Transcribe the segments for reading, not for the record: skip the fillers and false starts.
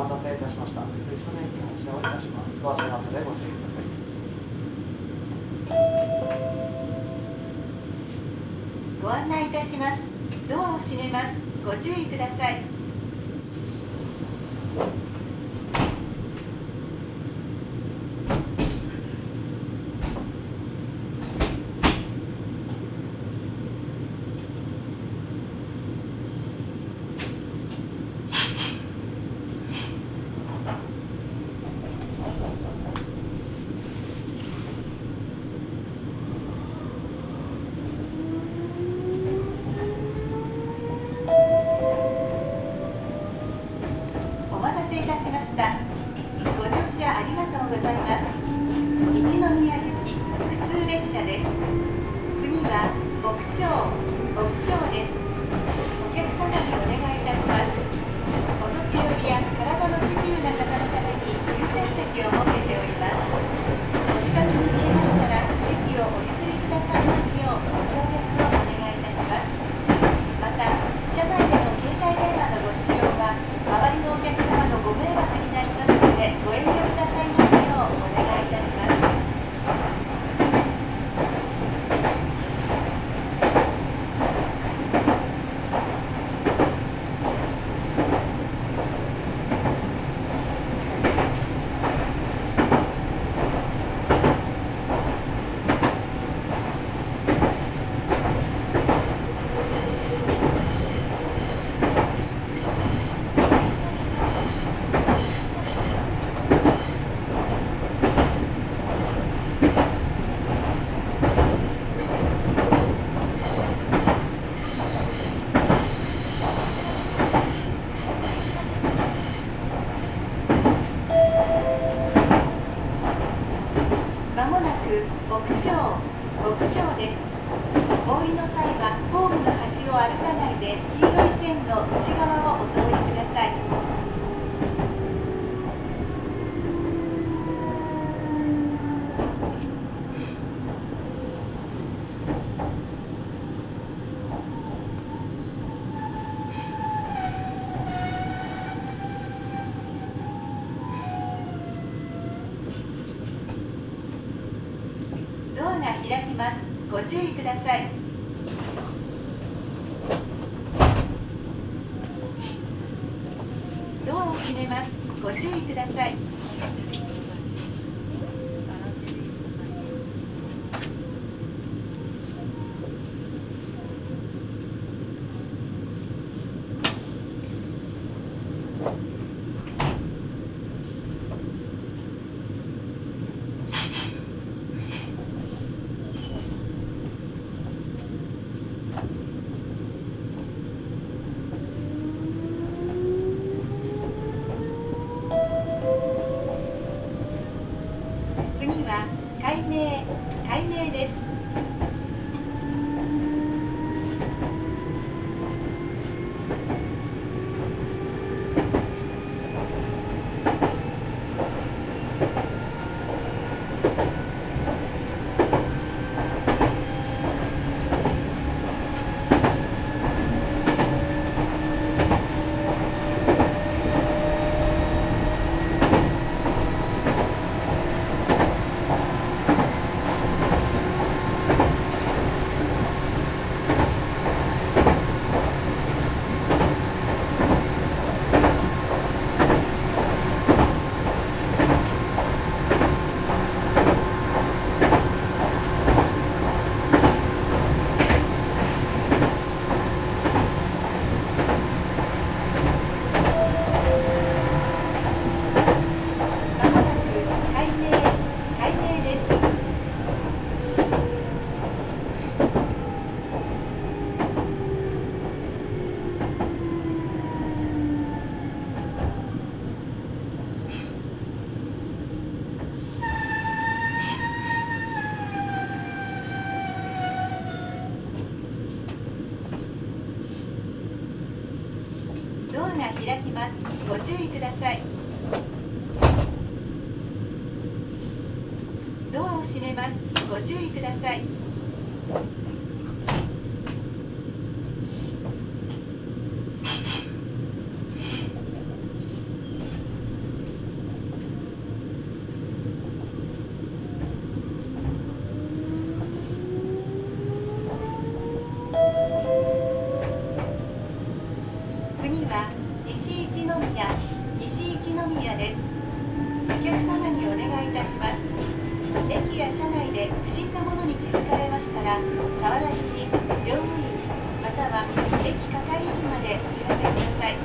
待たせいたしました。摂津の駅発車をいたします。ドア閉めますのでご注意ください。 ご案内いたします。ドアを閉めます。ご注意ください。お待たせいたしました。ご乗車ありがとうございます。一宮行き普通列車です。次は奥町です。お客様にお願いいたします。お年寄りや体の不自由な方のために優先席を設けております。お近くに見えましたら席をお譲りくださいますようご協力をお願いいたします。また、車内での携帯電話のご使用は周りのお客様のご迷惑になりますのでご遠慮くださいますようお願いいたします。まもなく奥町です。お降りの際はホームの端を歩かないで黄色い線の内側をお通りください。ドアが開きます。ご注意ください。ドアを閉めます。ご注意ください。次は改名です。ドアが開きます。ご注意ください。ドアを閉めます。ご注意ください。 は西一宮です。お客様にお願いいたします。駅や車内で不審なものに気づかれましたら、触らずに乗務員または駅係員までお知らせください。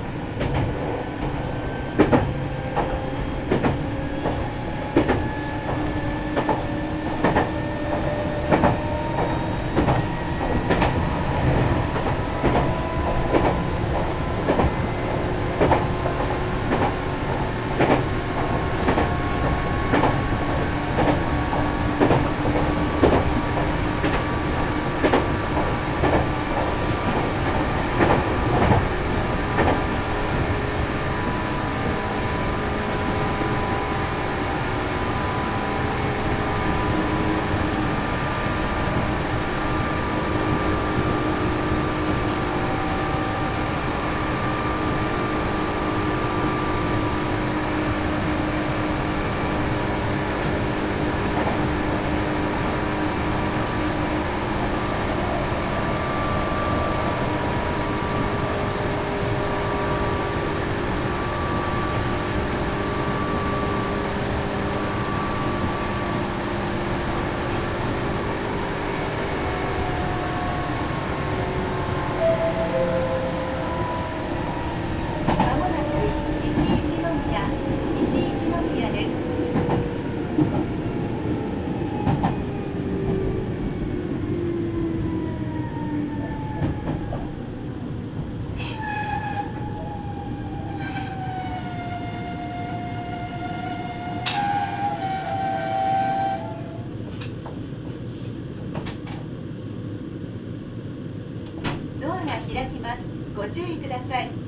開きます。ご注意ください。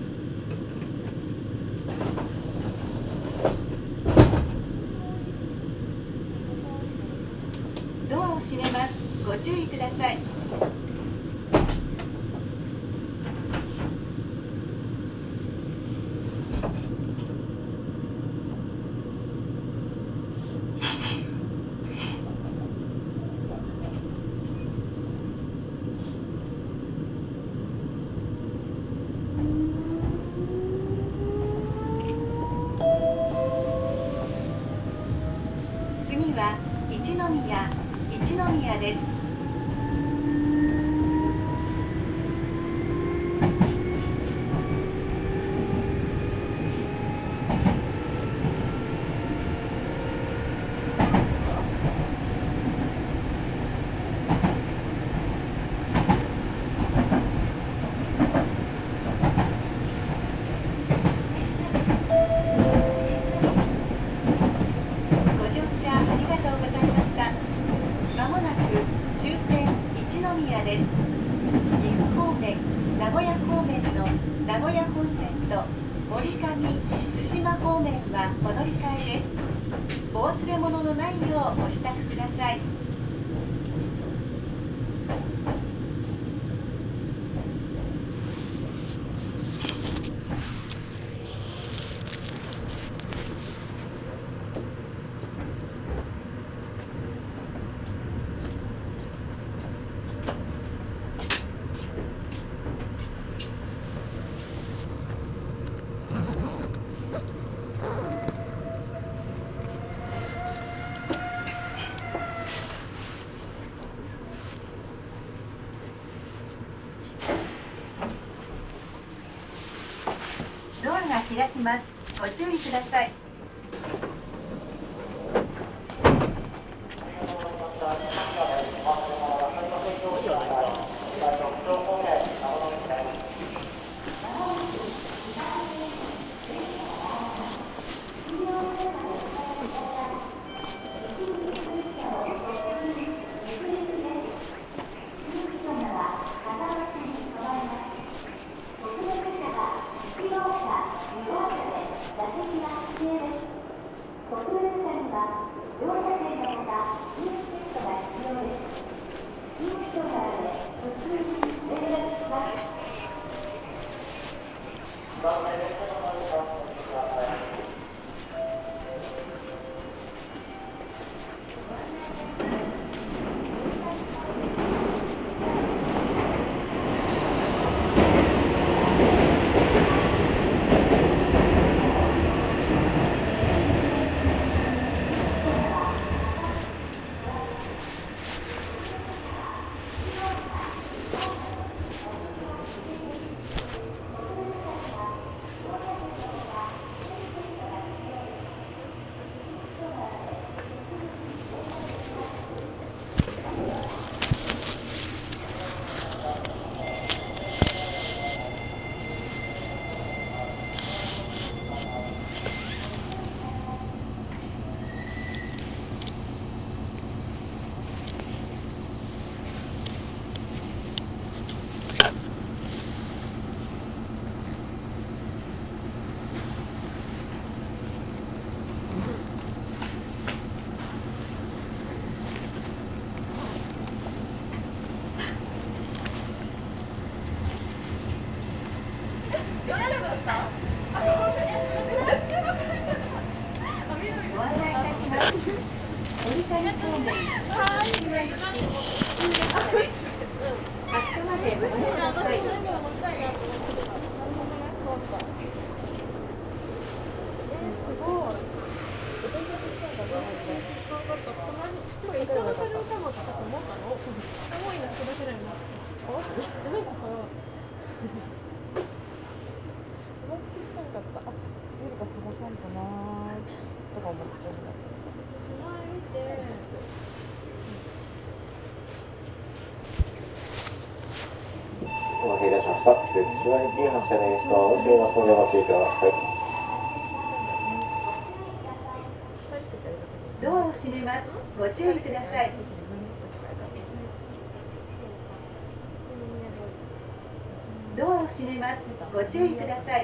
ドアを閉めます。ご注意ください。次は一宮です。です。岐阜方面、名古屋方面の名古屋本線と森上、対馬方面はお乗り換えです。お忘れ物のないようお支度ください。ドアが開きます。ご注意ください。 ご案内いたします。折谷方面、八島行き普通列車です。発車までお待ちください。 お待たせいたしました。季節市場行き発車です。ドアを閉めますのでお待ちください。 ドアを閉めます。ご注意ください。ドアを閉めます。ご注意ください。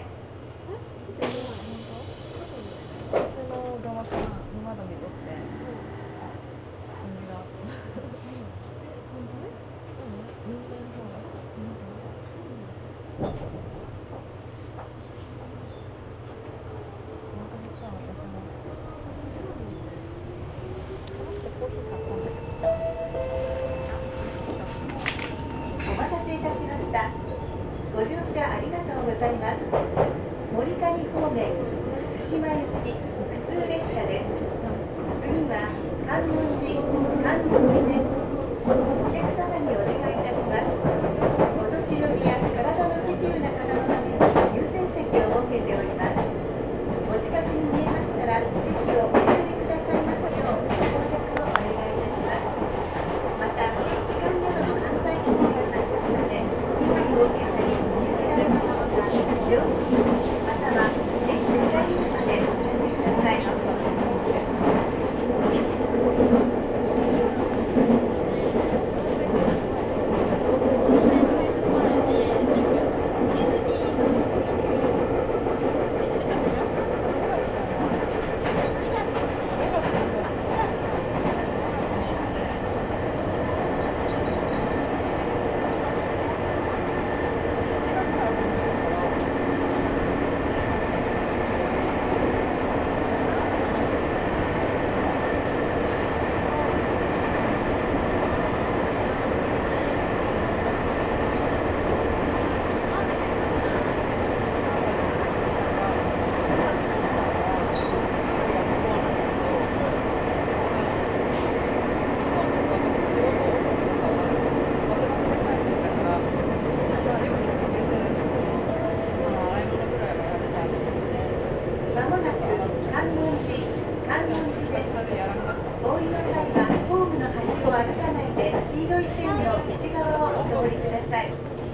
お待たせいたしました。ご乗車ありがとうございます。森上方面、対馬行き普通列車です。次は観音寺です。お客様にお願いいたします。お年寄りや体の不自由な方のために優先席を設けております。お近くに見えましたら席をお譲りくださいますようご協力をお願いいたします。また、痴漢などの犯罪行為がありますので、被害を受けたり見受けられた方は病院または駅下りまでお知らせください。まもなく観音寺です。お降りの際はホームの端を歩かないで黄色い線の内側をお通りください。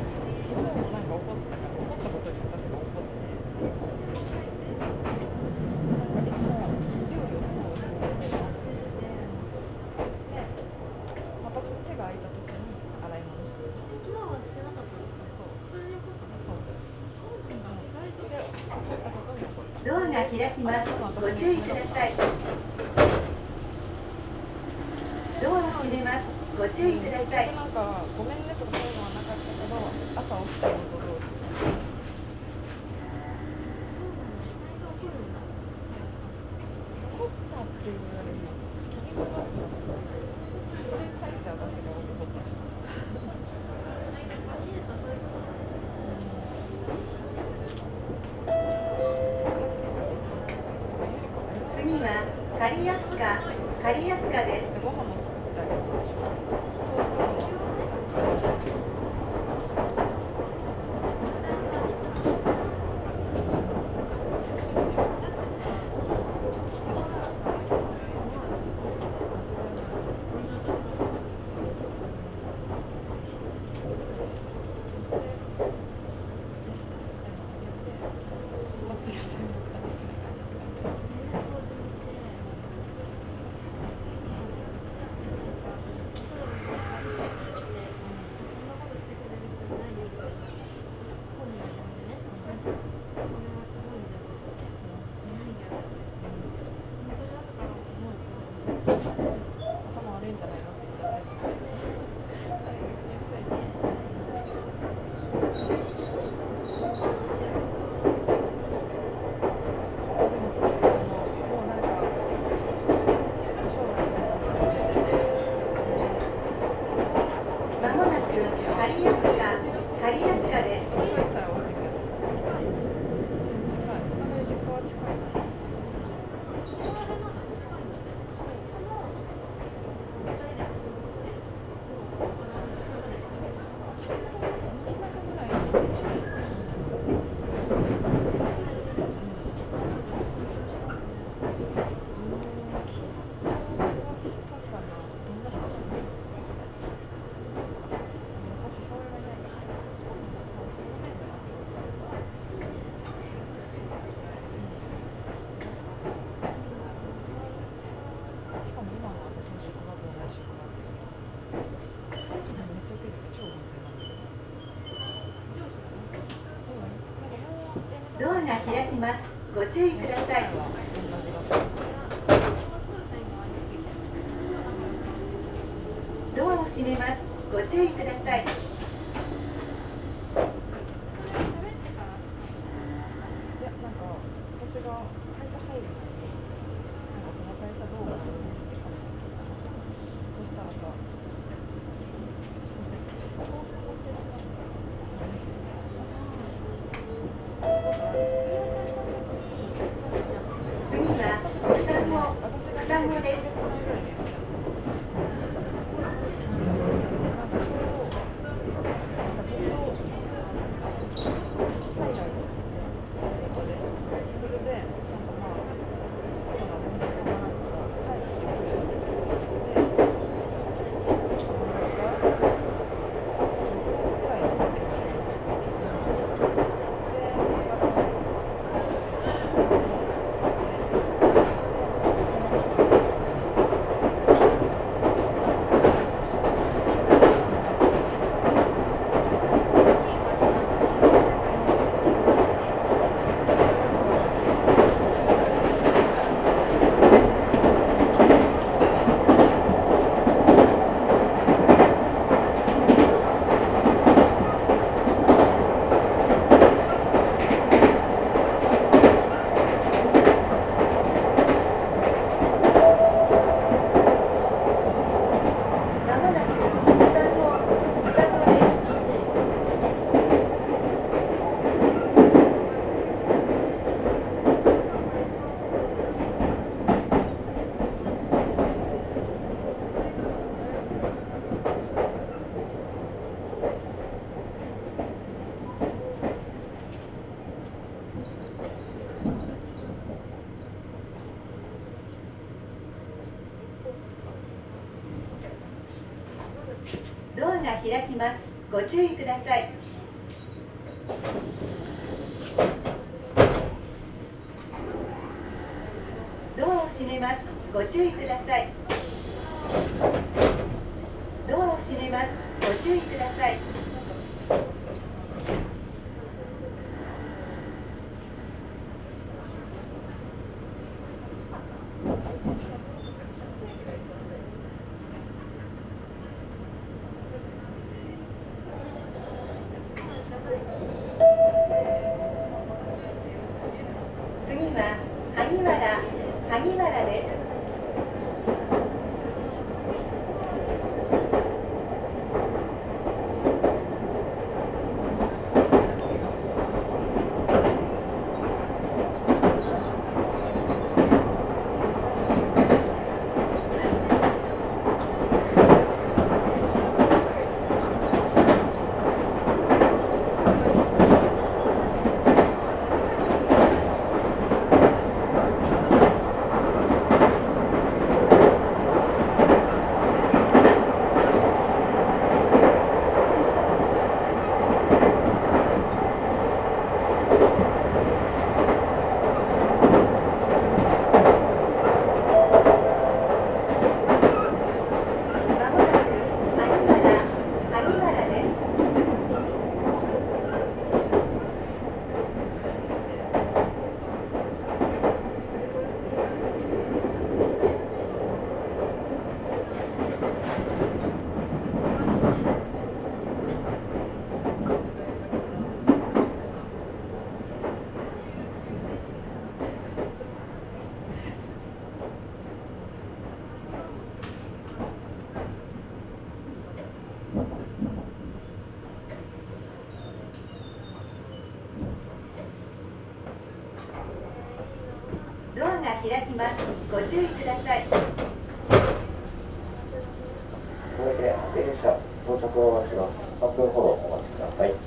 ドアが開きます。ご注意ください。ドアを閉めます。ご注意ください。 なんかごめんねとかそういうのはなかったけど、朝起きたのと同時怒ったっていうよりも気になった。それに対して私が怒った。 次は刈安かです。 ご飯も作ったりとかします。そういう時もドアが開きます。ご注意ください。ドアを閉めます。ご注意ください。 私が会社入る前にこの会社どう思うって感じで聞いたの。そしたらさ、当然の会社次は双子です。ドアが開きます。ご注意ください。ドアを閉めます。ご注意ください。ドアを閉めます。ご注意ください。次は萩原です。ドアが開きます。ご注意ください。 続いて発生列車到着をお待ちます。8分ほどお待ちください。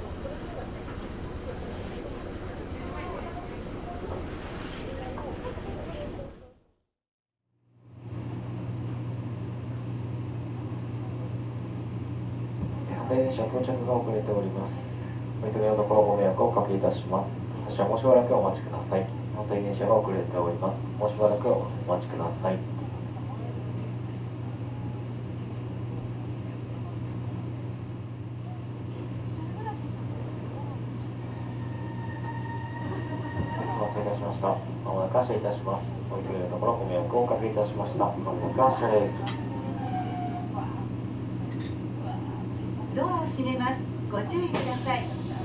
発生列車到着が遅れております。お急ぎのところご迷惑をおかけいたします。発車もしばらくお待ちください。本当に電車が遅れております。もうしばらくお待ちください。 ました。まもなく発車いたします。お急ぎのところご迷惑をおかけいたしました。まもなく発車です。 ドアを閉めます。ご注意ください。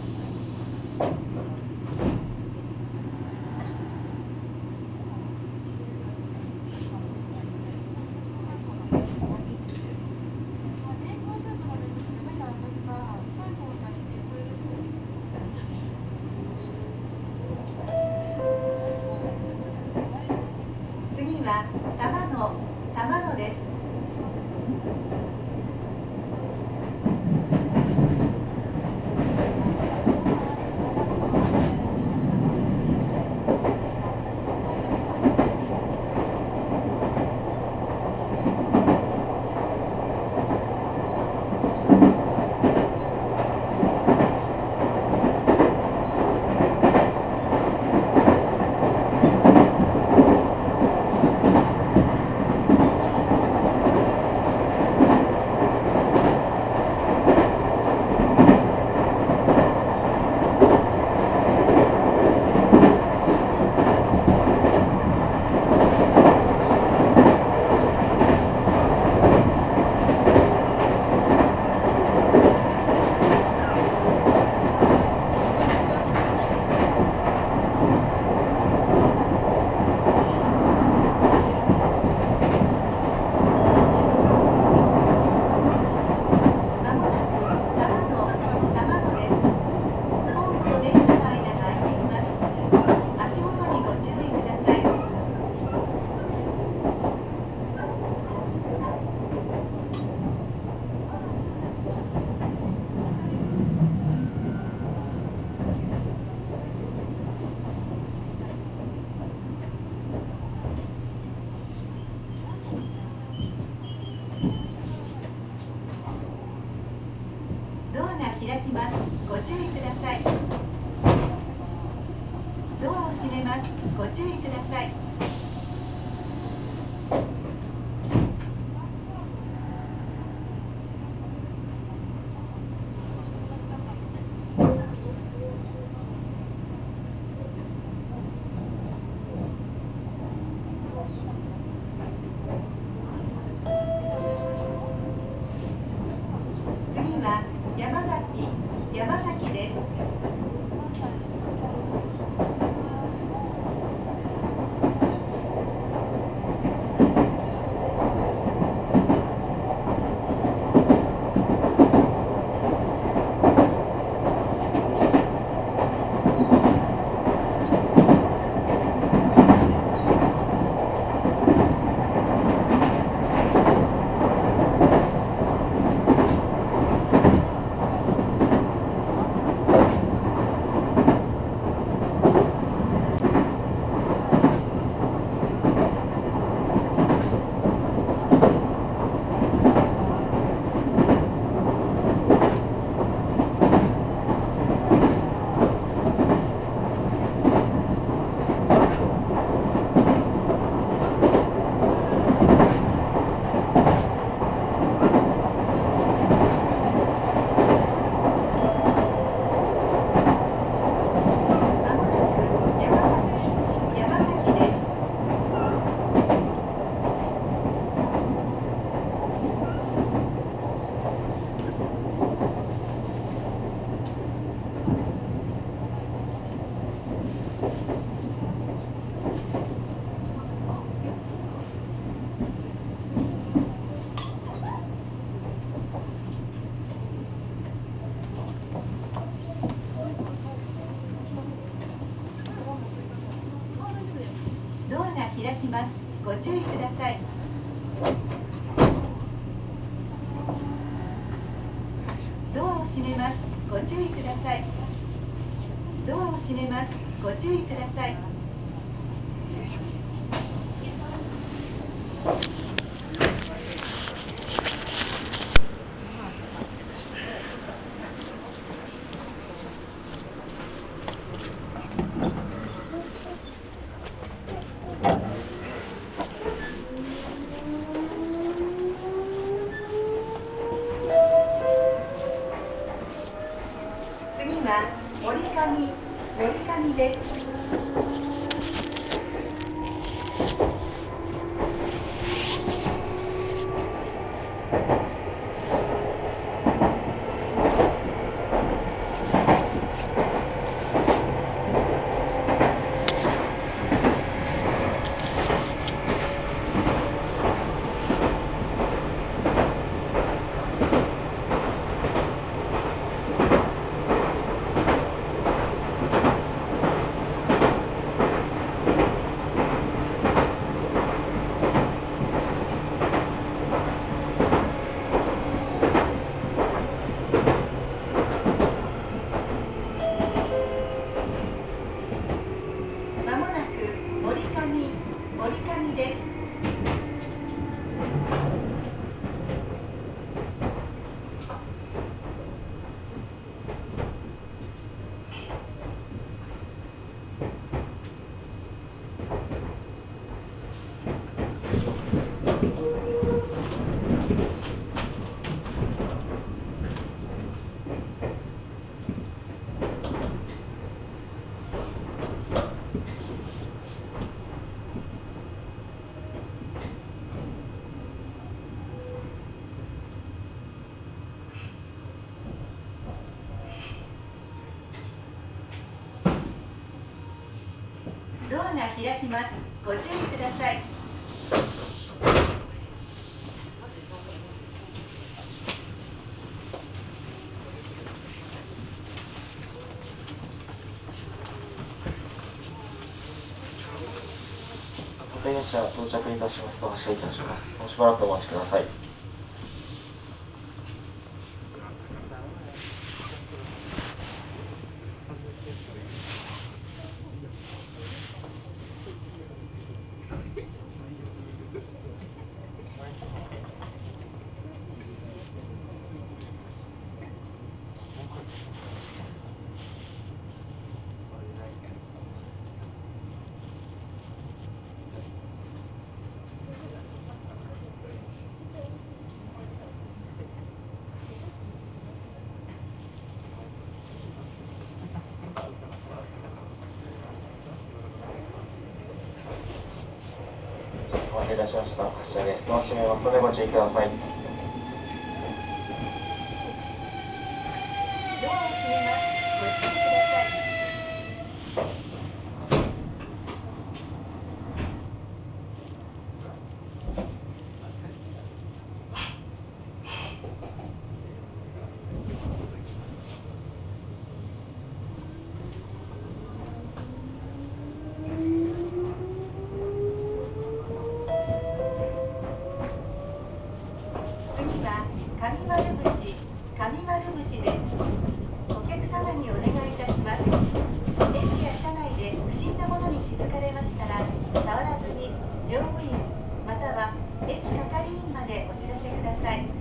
次は玉野です。ドアが開きます。ご注意ください。ドアを閉めます。ご注意ください。次は山崎です。ドアが開きます。ご注意ください。ドアを閉めます。ご注意ください。ドアを閉めます。ご注意ください。次は森上です。 アが開きます。ご注意ください。 固定列車到着いたしますと発車いたします。もうしばらくお待ちください。お待たせいたしました。発車です。ドア閉めますのでご注意ください。 ドアを閉めます。ご注意ください。次は上丸口です。お客様にお願いいたします。駅や車内で不審なものに気づかれましたら、触らずに乗務員または駅係員までお知らせください。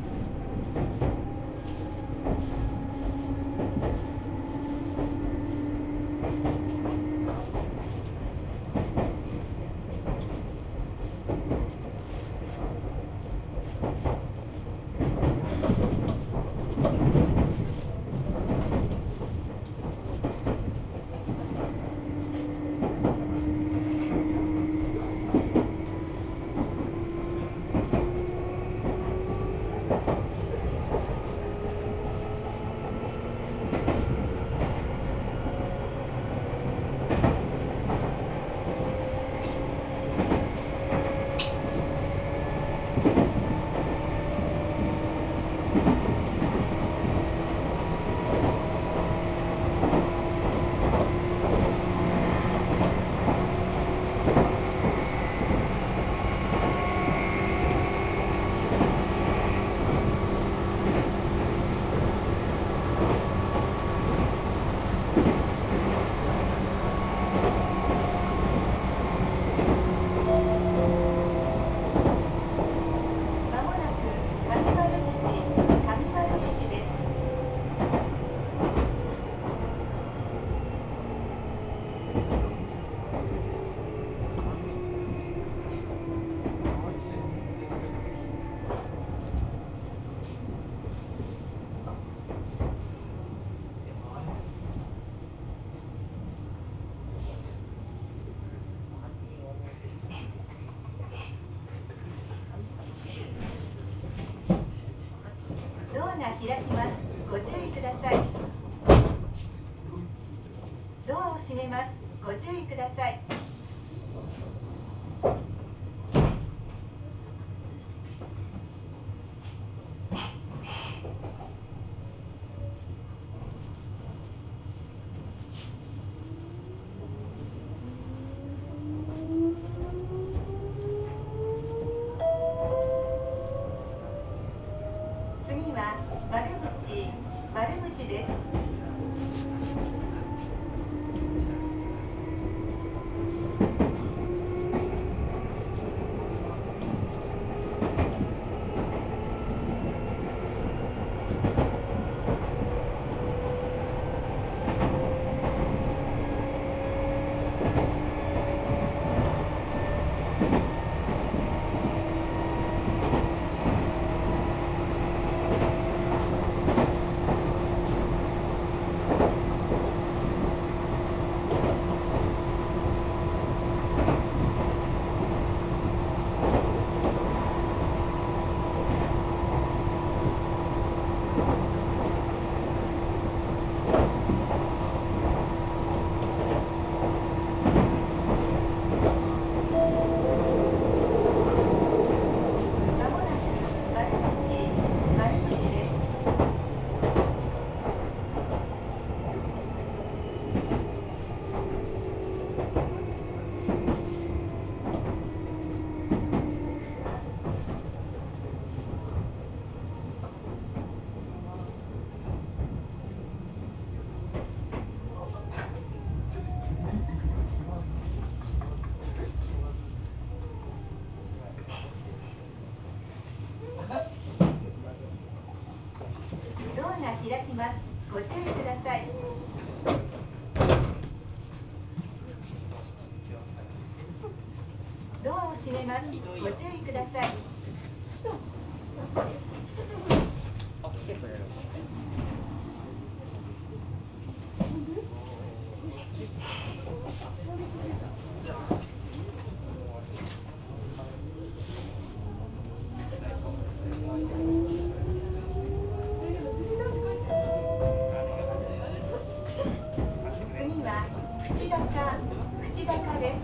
ドアが開きます。ご注意ください。ドアを閉めます。ご注意ください。次は丸口です。 ます。ご注意ください。ドアを閉めます。ご注意ください。次は口高です。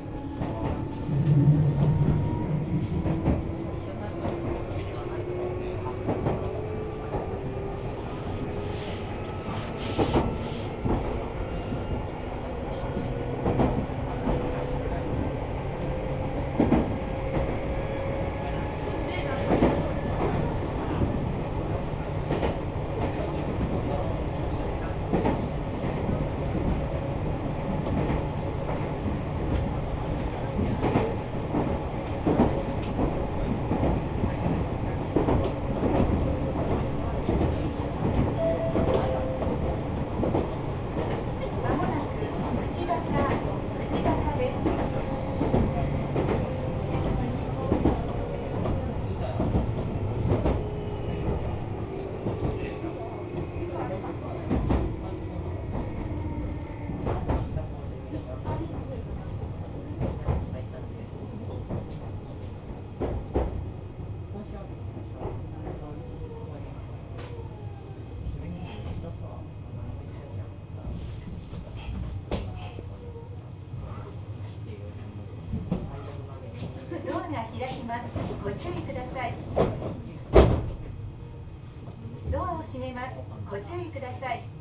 ドアが開きます。ご注意ください。ドアを閉めます。ご注意ください。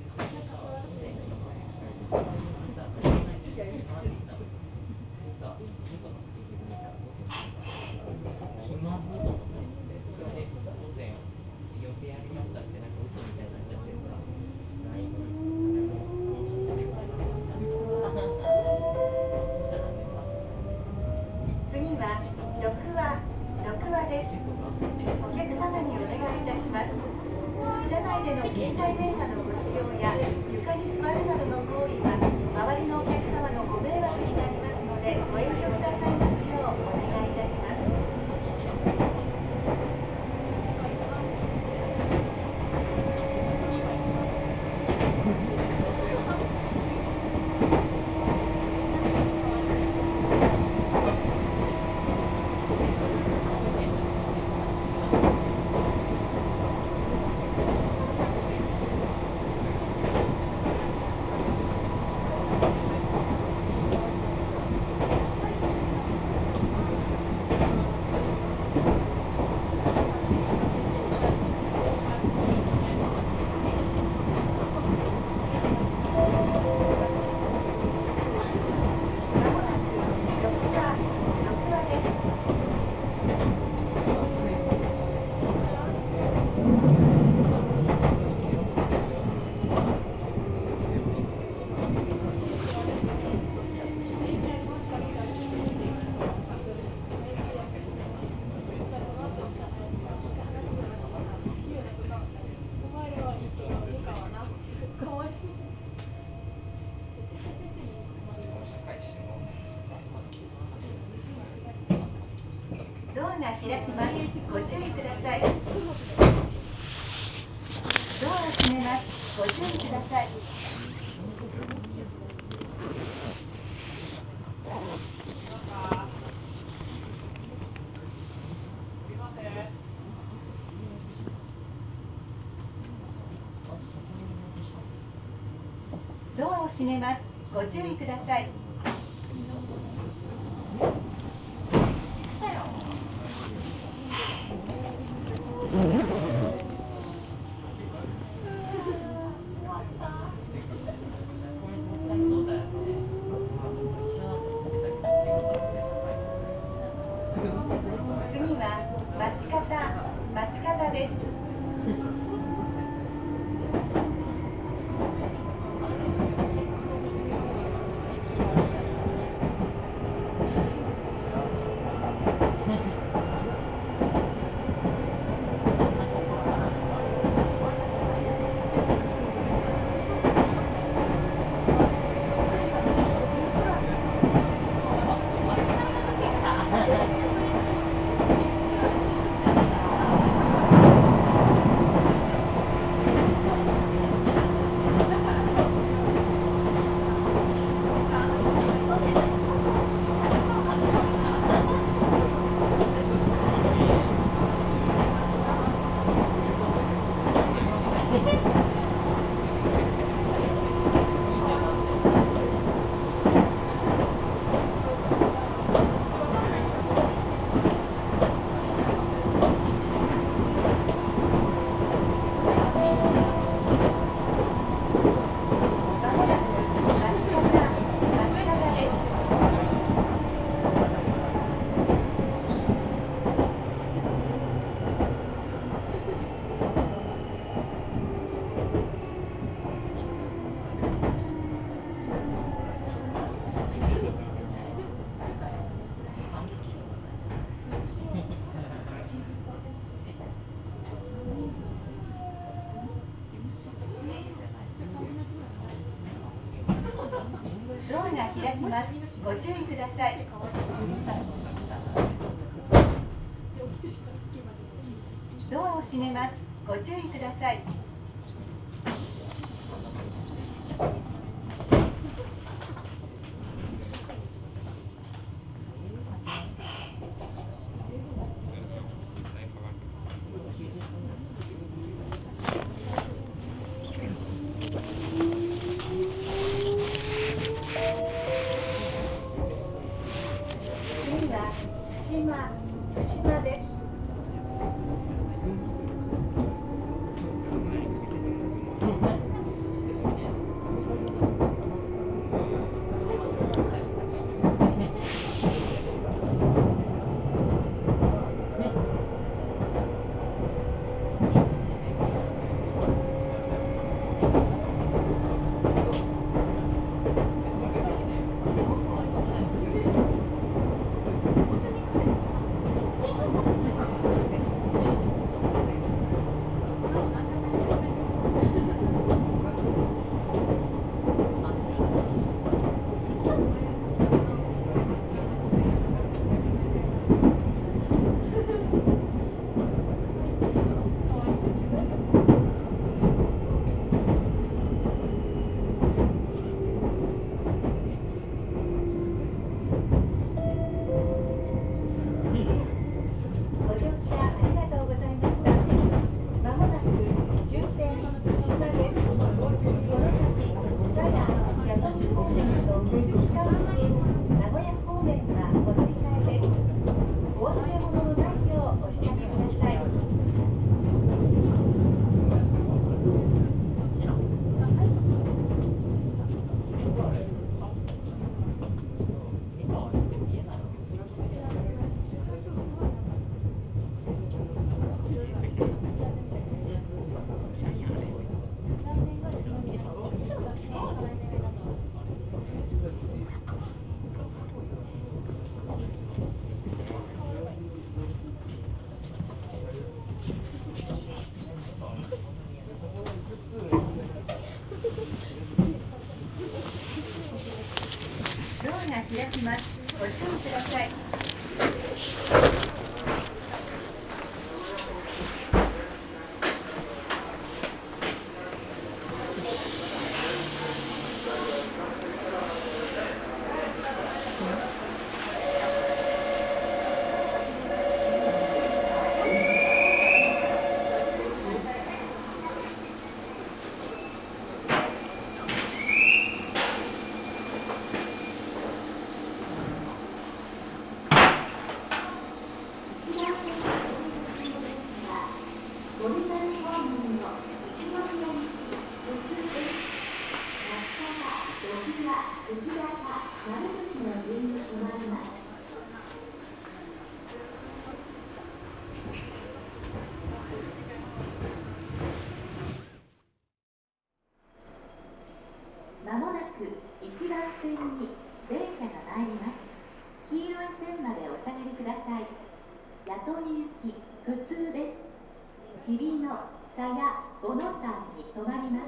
次は6話です。お客様にお願いいたします。車内での携帯電話のご使用や床に座るなどの行為は周りのお客様のご迷惑になりますのでご遠慮くださいますようお願いいたします。ドアが開きます。ご注意ください。ドアを閉めます。ご注意ください。ドアを閉めます。ご注意ください。次は町方です。 が開きます。ご注意ください。ドアを閉めます。ご注意ください。次は対馬です。ドアが開きます。ご注意ください。まもなく1番線に電車が参ります。黄色い線までお下がりください。弥富行き普通です。日比野、鞘、五ノ山に停まります。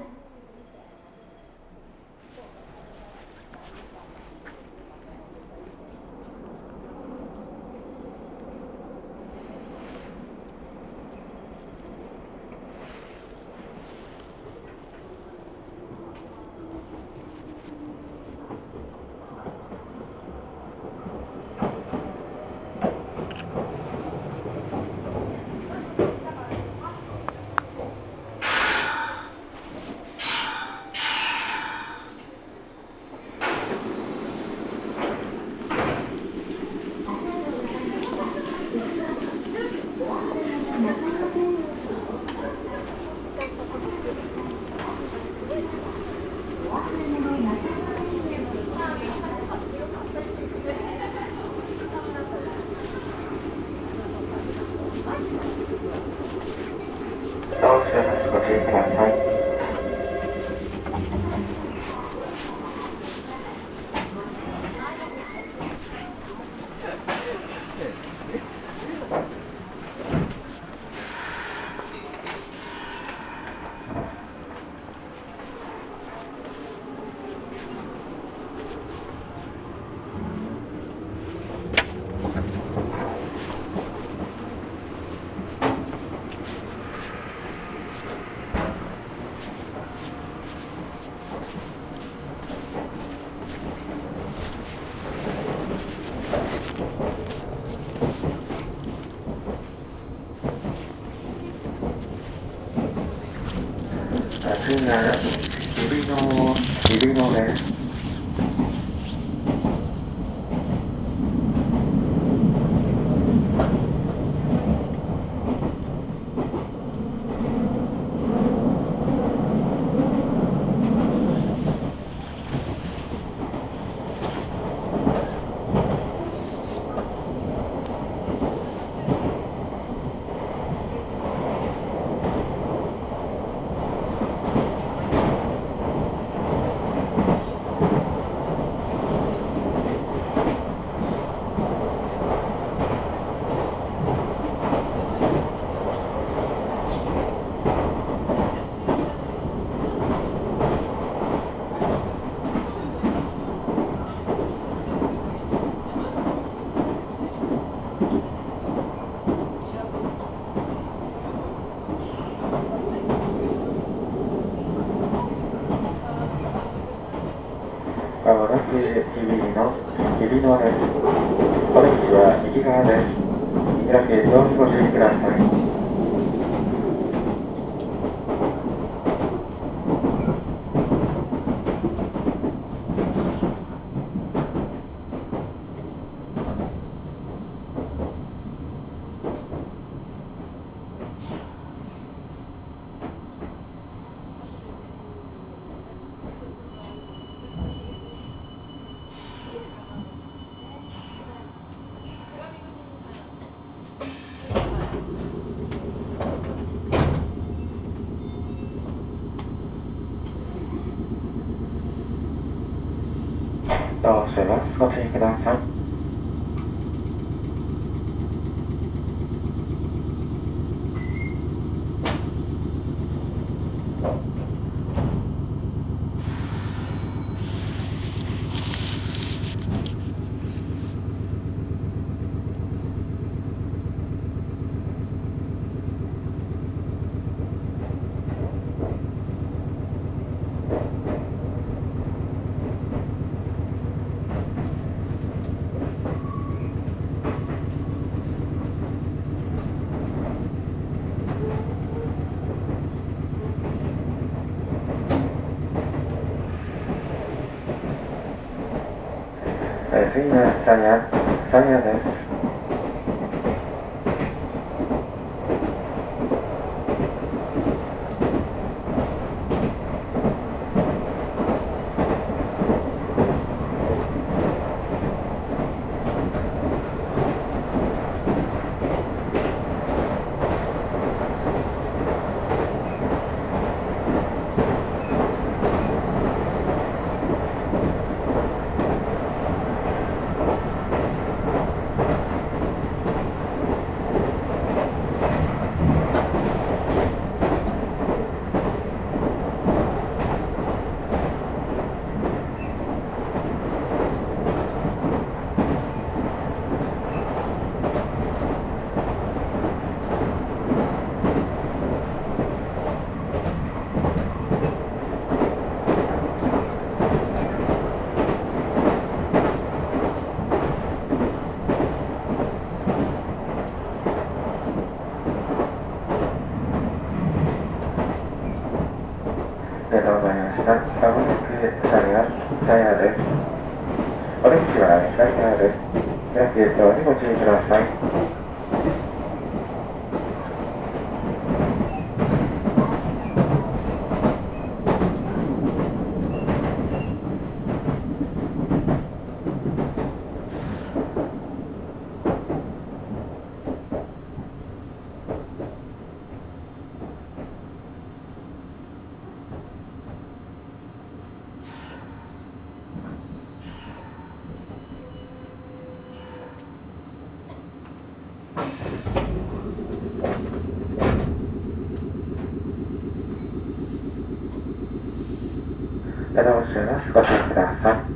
次は指のです。私、指のです。お出口は右側です。開け、どうぞご注意ください。どうぞご注意ください。次はサヤです。ありがとうございました。まもなくサヤです。お出口は左側です。開くゲートにご注意ください。どうします。ご注意ください。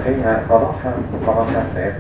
次は小野さんです。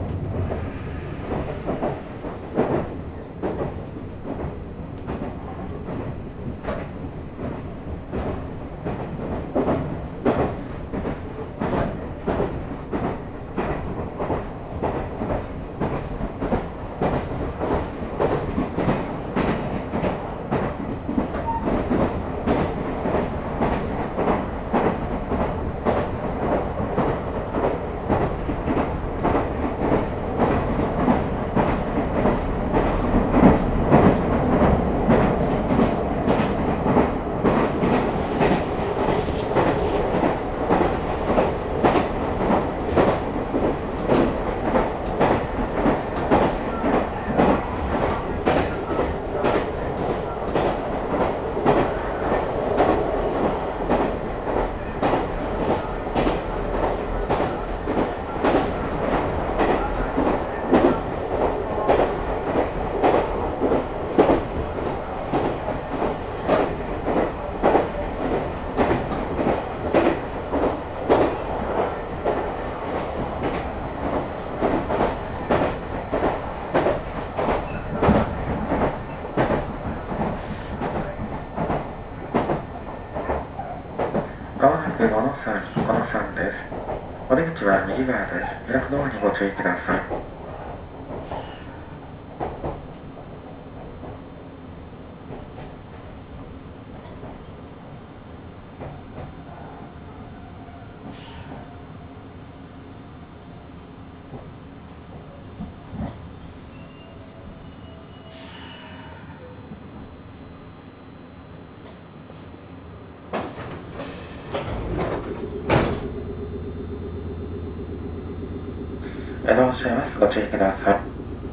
まもなく小野さんです。お出口は右側です。開くドアにご注意ください。移動します。ご注意ください。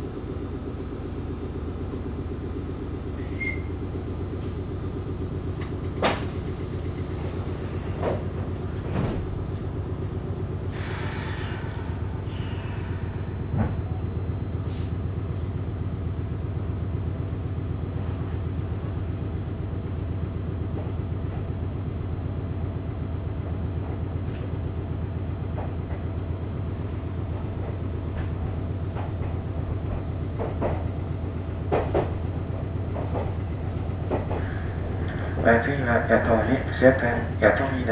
次は八頭身終点八頭身です。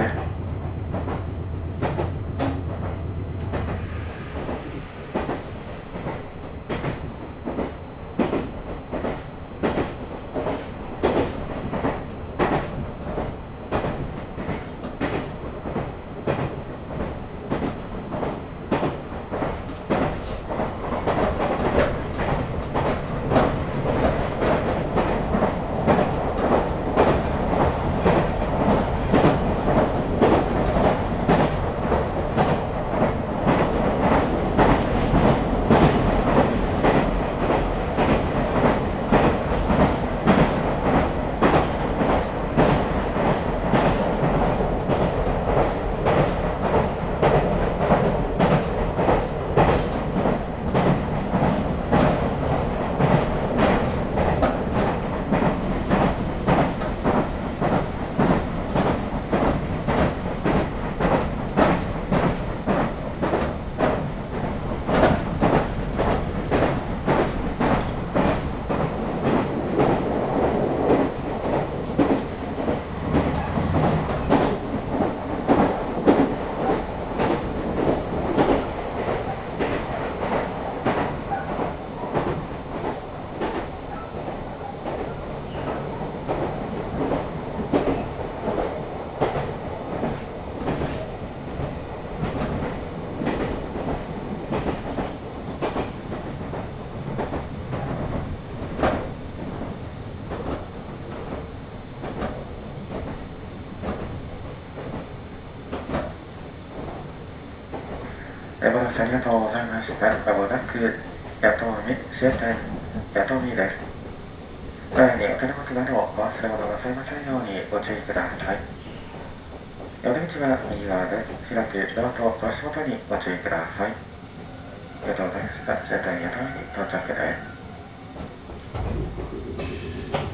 ご乗車ありがとうございました。まもなく八頭身終点八頭身です。前にお手荷物などお忘れ物なさいませんようにご注意ください。お出口は右側です。開くドアと足元にご注意ください。ありがとうございました。終点八頭身に到着です。